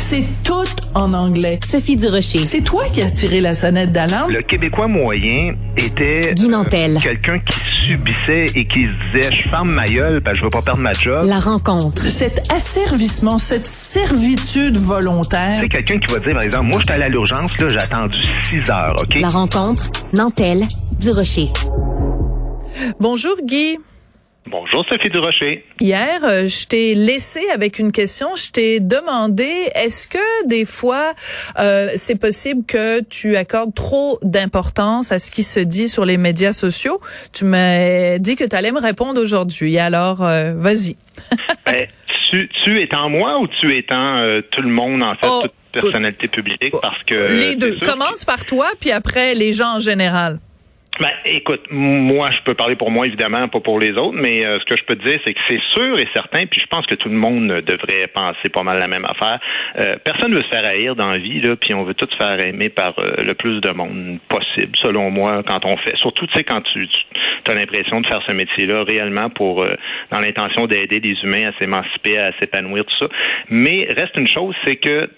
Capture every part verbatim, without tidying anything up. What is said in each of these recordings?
c'est tout en anglais. Sophie Durocher. C'est toi qui as tiré la sonnette d'alarme. Le Québécois moyen était Guy Nantel. Euh, quelqu'un qui subissait et qui se disait « je ferme ma gueule parce que je veux pas perdre ma job ». La rencontre. Cet asservissement, cette servitude volontaire. C'est quelqu'un qui va dire, par exemple, moi, j'étais allé à l'urgence, là, j'ai attendu six heures, OK? La rencontre. Nantel. Durocher. Bonjour, Guy. Bonjour, Sophie Durocher. Hier, euh, je t'ai laissé avec une question. Je t'ai demandé, est-ce que des fois, euh, c'est possible que tu accordes trop d'importance à ce qui se dit sur les médias sociaux? Tu m'as dit que tu allais me répondre aujourd'hui. Alors, euh, vas-y. ben, tu, tu étant moi ou tu étant euh, tout le monde, en fait, oh, toute personnalité publique? Parce que les deux. Commence que... par toi, puis après, les gens en général. Ben, écoute, moi, je peux parler pour moi, évidemment, pas pour les autres, mais euh, ce que je peux te dire, c'est que c'est sûr et certain, puis je pense que tout le monde devrait penser pas mal la même affaire. Euh, personne ne veut se faire haïr dans la vie, là, puis on veut tout se faire aimer par euh, le plus de monde possible, selon moi, quand on fait. Surtout, tu sais, quand tu, tu as l'impression de faire ce métier-là réellement pour, euh, dans l'intention d'aider les humains à s'émanciper, à s'épanouir, tout ça. Mais reste une chose, c'est que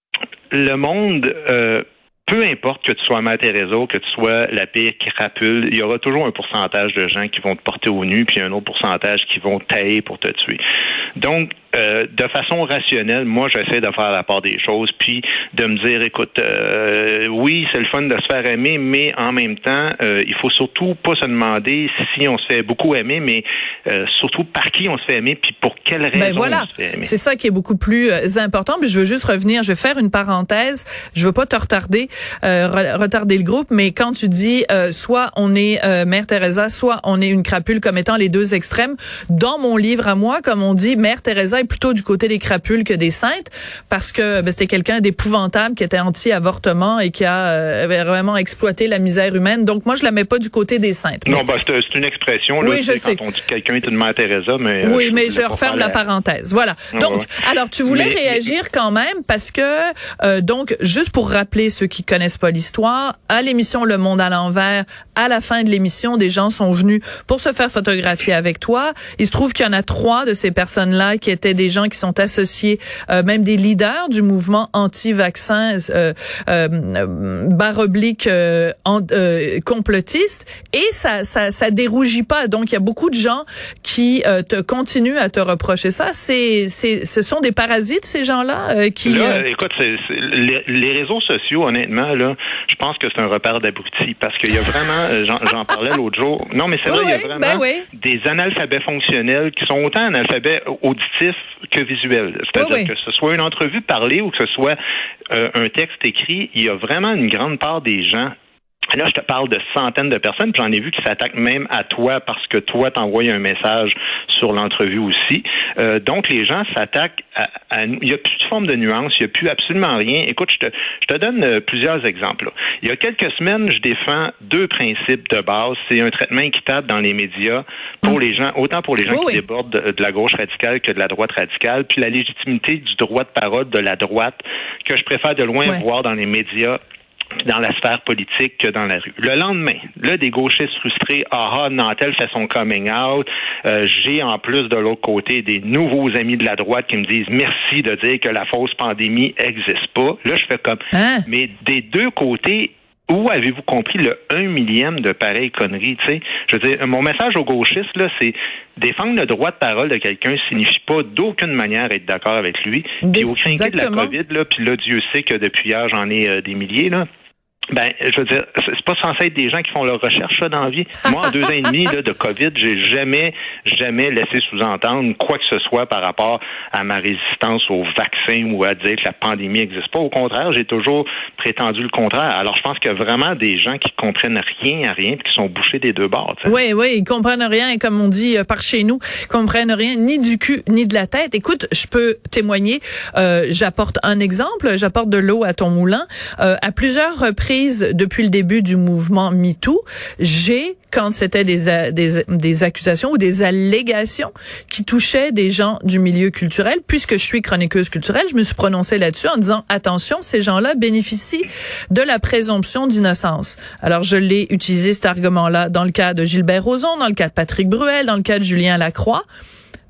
le monde... Euh, Peu importe que tu sois Mère Teresa, que tu sois la pire crapule, il y aura toujours un pourcentage de gens qui vont te porter au nu, puis un autre pourcentage qui vont tailler pour te tuer. Donc, euh, de façon rationnelle, moi, j'essaie de faire la part des choses, puis de me dire, écoute, euh, oui, c'est le fun de se faire aimer, mais en même temps, euh, il faut surtout pas se demander si on se fait beaucoup aimer, mais euh, surtout par qui on se fait aimer, puis pour quelle raison ben voilà. on se fait aimer. C'est ça qui est beaucoup plus euh, important. Puis je veux juste revenir, je vais faire une parenthèse. Je veux pas te retarder. Euh, retarder le groupe, mais quand tu dis euh, soit on est euh, Mère Teresa, soit on est une crapule comme étant les deux extrêmes, dans mon livre à moi, comme on dit, Mère Teresa est plutôt du côté des crapules que des saintes, parce que ben, c'était quelqu'un d'épouvantable qui était anti-avortement et qui a euh, avait vraiment exploité la misère humaine. Donc moi je la mets pas du côté des saintes. Non, mais... ben, c'est, c'est une expression là, oui, je sais. Quand on dit que quelqu'un est une Mère Teresa, mais oui, euh, je mais je referme la... la parenthèse. Voilà. Donc, oh, ouais. alors tu voulais mais... réagir quand même parce que euh, donc juste pour rappeler ceux qui connaissent pas l'histoire, à l'émission Le Monde à l'envers, à la fin de l'émission, des gens sont venus pour se faire photographier avec toi. Il se trouve qu'il y en a trois de ces personnes-là qui étaient des gens qui sont associés, euh, même des leaders du mouvement anti-vaccin, euh, euh, barre oblique euh, en, euh, complotiste, et ça, ça, ça dérougit pas. Donc il y a beaucoup de gens qui euh, te continuent à te reprocher ça. C'est, c'est, ce sont des parasites ces gens-là euh, qui. Là, euh... écoute, c'est, c'est, les, les réseaux sociaux, honnêtement, là. Je pense que c'est un repère d'abrutis parce qu'il y a vraiment, j'en, j'en parlais l'autre jour. Non, mais c'est vrai, oui, il y a vraiment ben oui. des analphabets fonctionnels qui sont autant analphabets auditifs que visuels. C'est-à-dire oui, oui. que ce soit une entrevue parlée ou que ce soit euh, un texte écrit, il y a vraiment une grande part des gens. Là, je te parle de centaines de personnes, puis j'en ai vu qui s'attaquent même à toi parce que toi, t'envoies un message sur l'entrevue aussi. Euh, donc, les gens s'attaquent à, à nous. Il n'y a plus de forme de nuance, il n'y a plus absolument rien. Écoute, je te, je te donne euh, plusieurs exemples. Là. Il y a quelques semaines, je défends deux principes de base. C'est un traitement équitable dans les médias pour mmh. les gens, autant pour les gens oui, qui oui. débordent de, de la gauche radicale que de la droite radicale, puis la légitimité du droit de parole de la droite que je préfère de loin ouais. voir dans les médias dans la sphère politique que dans la rue. Le lendemain, là, des gauchistes frustrés, ah ah, Nantel fait son coming out. Euh, j'ai en plus de l'autre côté des nouveaux amis de la droite qui me disent merci de dire que la fausse pandémie existe pas. Là, je fais comme, hein? Mais des deux côtés, où avez-vous compris le un millième de pareille connerie, tu sais? Je veux dire, mon message aux gauchistes, là, c'est défendre le droit de parole de quelqu'un signifie pas d'aucune manière être d'accord avec lui. Puis au craquet de la COVID, là, puis là, Dieu sait que depuis hier, j'en ai euh, des milliers, là. Ben, je veux dire, c'est pas censé être des gens qui font leur recherche, ça, dans la vie. Moi, en deux ans et demi, là, de COVID, j'ai jamais, jamais laissé sous-entendre quoi que ce soit par rapport à ma résistance au vaccin ou à dire que la pandémie n'existe pas. Au contraire, j'ai toujours prétendu le contraire. Alors, je pense qu'il y a vraiment des gens qui comprennent rien à rien et qui sont bouchés des deux bords, t'sais. Oui, oui, ils comprennent rien, et comme on dit euh, par chez nous, ils comprennent rien ni du cul, ni de la tête. Écoute, je peux témoigner, euh, j'apporte un exemple, j'apporte de l'eau à ton moulin. Euh, à plusieurs reprises, depuis le début du mouvement MeToo, j'ai, quand c'était des, des, des accusations ou des allégations qui touchaient des gens du milieu culturel, puisque je suis chroniqueuse culturelle, je me suis prononcée là-dessus en disant, attention, ces gens-là bénéficient de la présomption d'innocence. Alors, je l'ai utilisé, cet argument-là, dans le cas de Gilbert Rozon, dans le cas de Patrick Bruel, dans le cas de Julien Lacroix.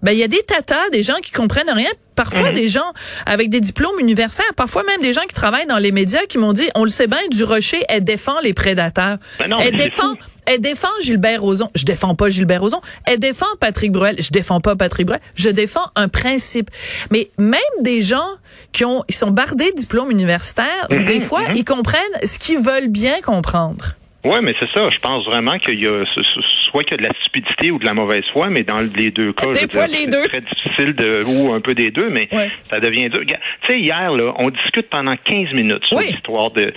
ben il y a des tatas, des gens qui comprennent rien. Parfois, mmh. des gens avec des diplômes universitaires, parfois même des gens qui travaillent dans les médias qui m'ont dit, on le sait bien, Durocher, elle défend les prédateurs. Ben non, elle défend, elle défend Gilbert Rozon. Je défends pas Gilbert Rozon. Elle défend Patrick Bruel. Je défends pas Patrick Bruel. Je défends un principe. Mais même des gens qui ont, ils sont bardés de diplômes universitaires, mmh, des fois, mmh. ils comprennent ce qu'ils veulent bien comprendre. Oui, mais c'est ça. Je pense vraiment qu'il y a soit qu'il y a de la stupidité ou de la mauvaise foi, mais dans les deux cas, des je veux fois dire, les c'est deux. très difficile de ou un peu des deux, mais ouais. ça devient dur. Tu sais, hier, là, on discute pendant quinze minutes sur oui. l'histoire de.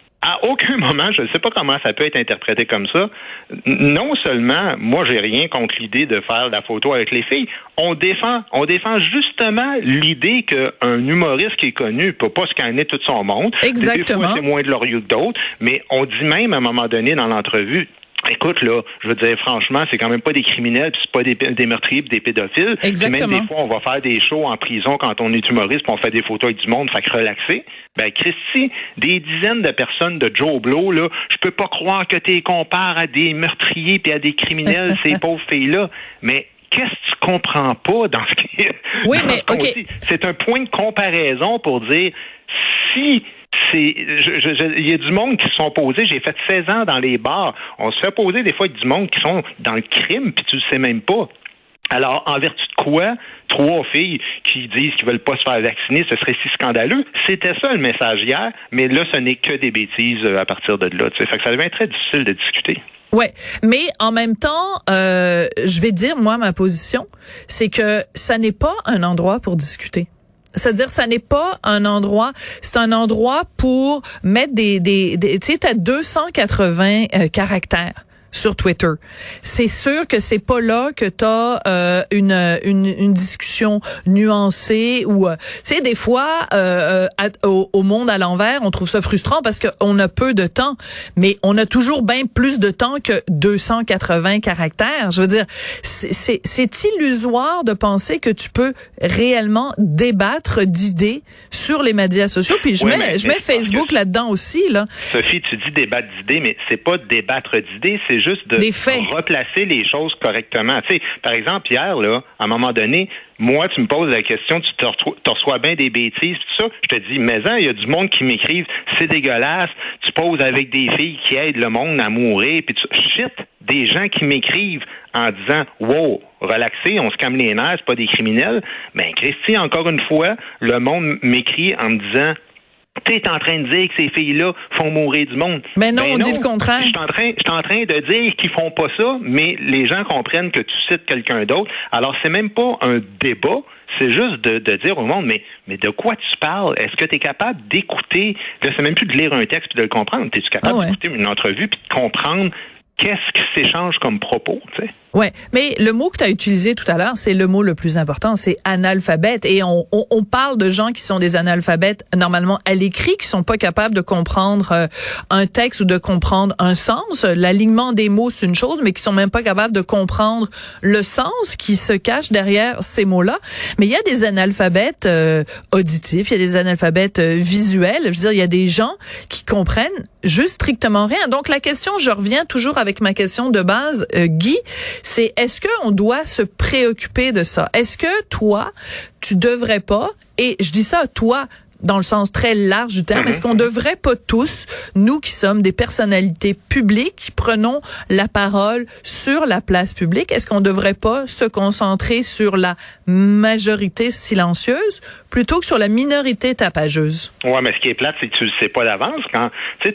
À aucun moment, je ne sais pas comment ça peut être interprété comme ça. Non seulement, moi, j'ai rien contre l'idée de faire la photo avec les filles. On défend, on défend justement l'idée qu'un humoriste qui est connu ne peut pas scanner tout son monde. Exactement. Des fois, c'est moins glorieux que d'autres. Mais on dit même à un moment donné dans l'entrevue, écoute, là, je veux dire, franchement, c'est quand même pas des criminels, puis c'est pas des, des meurtriers, puis des pédophiles. Exactement. Puis même des fois, on va faire des shows en prison quand on est humoriste, puis on fait des photos avec du monde, fait que relaxer. Ben, Christy, des dizaines de personnes de Joe Blow, là, je peux pas croire que tu les compares à des meurtriers puis à des criminels, ces pauvres filles-là. Mais qu'est-ce que tu comprends pas dans ce qui est... Oui, mais, OK. Dit? C'est un point de comparaison pour dire, si... C'est, je, je, il y a du monde qui se sont posés. J'ai fait seize ans dans les bars. On se fait poser des fois avec du monde qui sont dans le crime, puis tu le sais même pas. Alors, en vertu de quoi, trois filles qui disent qu'ils veulent pas se faire vacciner, ce serait si scandaleux? C'était ça le message hier, mais là, ce n'est que des bêtises à partir de là. T'sais. Fait que ça devient très difficile de discuter. Ouais, mais en même temps, euh, je vais dire, moi, ma position, c'est que ça n'est pas un endroit pour discuter. C'est-à-dire, ça n'est pas un endroit, c'est un endroit pour mettre des, des, des tu sais, t'as deux cent quatre-vingts euh, caractères sur Twitter. C'est sûr que c'est pas là que t'as euh, une, une une discussion nuancée ou euh, tu sais des fois euh, à, au, au monde à l'envers, on trouve ça frustrant parce qu'on a peu de temps, mais on a toujours bien plus de temps que deux cent quatre-vingts caractères. Je veux dire, c'est c'est, c'est illusoire de penser que tu peux réellement débattre d'idées sur les médias sociaux. Puis je oui, mets mais, je mais mets Facebook là-dedans aussi là. Sophie, tu dis débattre d'idées, mais c'est pas débattre d'idées, c'est juste de replacer les choses correctement. Tu sais, par exemple, hier, là, à un moment donné, moi, tu me poses la question, tu te reçois, te reçois bien des bêtises, tout ça. Je te dis, mais il y a du monde qui m'écrivent, c'est dégueulasse, tu poses avec des filles qui aident le monde à mourir, puis tu... shit, des gens qui m'écrivent en disant, wow, relaxez, on se calme les nerfs, c'est pas des criminels. Ben, Christy, encore une fois, le monde m'écrit en me disant, tu es en train de dire que ces filles-là font mourir du monde. Mais non, ben on non, dit le contraire. Je suis en train, je suis en train de dire qu'ils font pas ça, mais les gens comprennent que tu cites quelqu'un d'autre. Alors, c'est même pas un débat. C'est juste de, de dire au monde, mais, mais de quoi tu parles? Est-ce que tu es capable d'écouter? Là, c'est même plus de lire un texte et de le comprendre. Es-tu capable ah ouais. d'écouter une entrevue puis de comprendre qu'est-ce qui s'échange comme propos, tu sais? Ouais, mais le mot que tu as utilisé tout à l'heure, c'est le mot le plus important, c'est analphabète. Et on, on, on parle de gens qui sont des analphabètes normalement à l'écrit, qui sont pas capables de comprendre euh, un texte ou de comprendre un sens. L'alignement des mots, c'est une chose, mais qui sont même pas capables de comprendre le sens qui se cache derrière ces mots-là. Mais il y a des analphabètes euh, auditifs, il y a des analphabètes euh, visuels. Je veux dire, il y a des gens qui comprennent juste strictement rien. Donc la question, je reviens toujours avec ma question de base, euh, Guy, c'est est-ce qu'on doit se préoccuper de ça? Est-ce que toi, tu devrais pas, et je dis ça à toi dans le sens très large du terme, est-ce qu'on devrait pas tous, nous qui sommes des personnalités publiques, qui prenons la parole sur la place publique, est-ce qu'on devrait pas se concentrer sur la majorité silencieuse plutôt que sur la minorité tapageuse? Ouais, mais ce qui est plate, c'est que tu le sais pas d'avance. Quand, tu sais,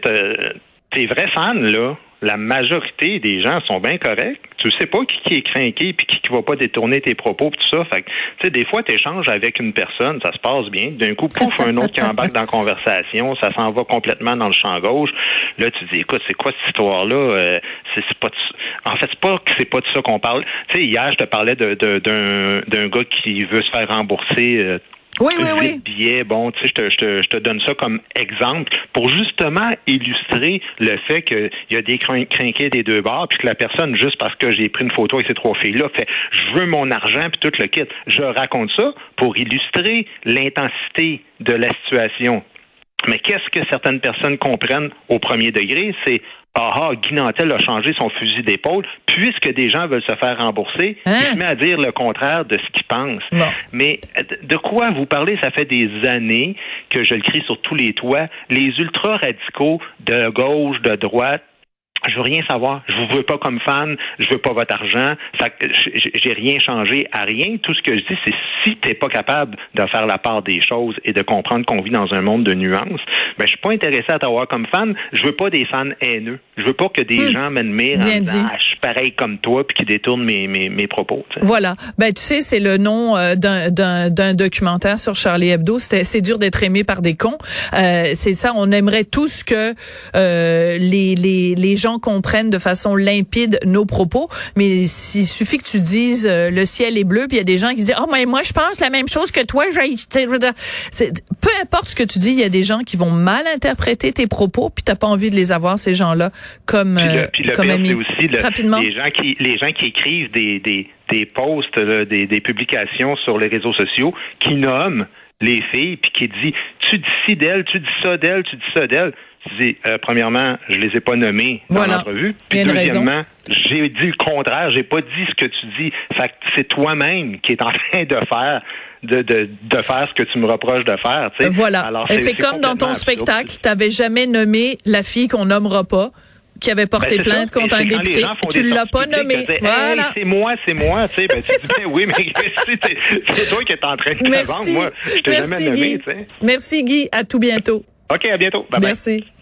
tes vrais fans, là, la majorité des gens sont bien corrects. Tu sais pas qui, qui est craqué puis qui, qui va pas détourner tes propos pis tout ça. Fait que, tu sais, des fois, tu échanges avec une personne, ça se passe bien. D'un coup, pouf, un autre qui embarque dans la conversation, ça s'en va complètement dans le champ gauche. Là, tu dis, écoute, c'est quoi cette histoire-là? Euh, c'est, c'est pas de... En fait, c'est pas que c'est pas de ça qu'on parle. Tu sais, hier, je te parlais de, de, d'un, d'un gars qui veut se faire rembourser euh, Oui, oui, oui. Billets, bon, tu sais, je te, je te, je te donne ça comme exemple pour justement illustrer le fait qu'il y a des crinqués des deux bords, puis que la personne, juste parce que j'ai pris une photo avec ces trois filles-là, fait « je veux mon argent », puis tout le kit. Je raconte ça pour illustrer l'intensité de la situation. Mais qu'est-ce que certaines personnes comprennent au premier degré? C'est ah ah, Guy Nantel a changé son fusil d'épaule, puisque des gens veulent se faire rembourser, hein? Il se met à dire le contraire de ce qu'il pense. Non. Mais de quoi vous parlez? Ça fait des années que je le crie sur tous les toits. Les ultra-radicaux de gauche, de droite, je veux rien savoir. Je vous veux pas comme fan. Je veux pas votre argent. Ça, j'ai rien changé à rien. Tout ce que je dis, c'est si t'es pas capable de faire la part des choses et de comprendre qu'on vit dans un monde de nuances, ben je suis pas intéressé à t'avoir comme fan. Je veux pas des fans haineux. Je veux pas que des hum, gens m'admirent en disant ah, je suis pareil comme toi puis qui détournent mes mes, mes propos. T'sais. Voilà. Ben tu sais, c'est le nom euh, d'un d'un d'un documentaire sur Charlie Hebdo. C'était c'est dur d'être aimé par des cons. Euh, c'est ça. On aimerait tous que euh, les les les gens comprennent de façon limpide nos propos, mais il suffit que tu dises euh, le ciel est bleu, puis il y a des gens qui disent oh mais moi je pense la même chose que toi. J'ai, peu importe ce que tu dis, il y a des gens qui vont mal interpréter tes propos, puis t'as pas envie de les avoir ces gens-là comme puis le, puis le comme pire, amis. C'est aussi le, rapidement. Les gens qui les gens qui écrivent des des des posts, là, des des publications sur les réseaux sociaux qui nomment les filles puis qui dit tu dis ci d'elle, tu dis ça d'elle, tu dis ça d'elle. Tu dis, euh, premièrement, je les ai pas nommés dans voilà. l'entrevue. Puis deuxièmement, j'ai dit le contraire, j'ai pas dit ce que tu dis. Fait que c'est toi-même qui est en train de faire de de de faire ce que tu me reproches de faire. Tu sais. Voilà. Alors, c'est, c'est, c'est comme dans ton absurde. Spectacle, t'avais jamais nommé la fille qu'on nommera pas, qui avait porté ben, plainte ça. contre un député. Tu l'as pas nommé. Disaient, voilà. Hey, c'est moi, c'est moi. Tu sais, ben, tu dis, oui, mais c'est, c'est toi qui es en train de te vendre. Moi, je t'ai Merci, jamais nommé. Guy. Tu sais. Merci, Guy. À tout bientôt. OK, à bientôt. Bye bye. Merci.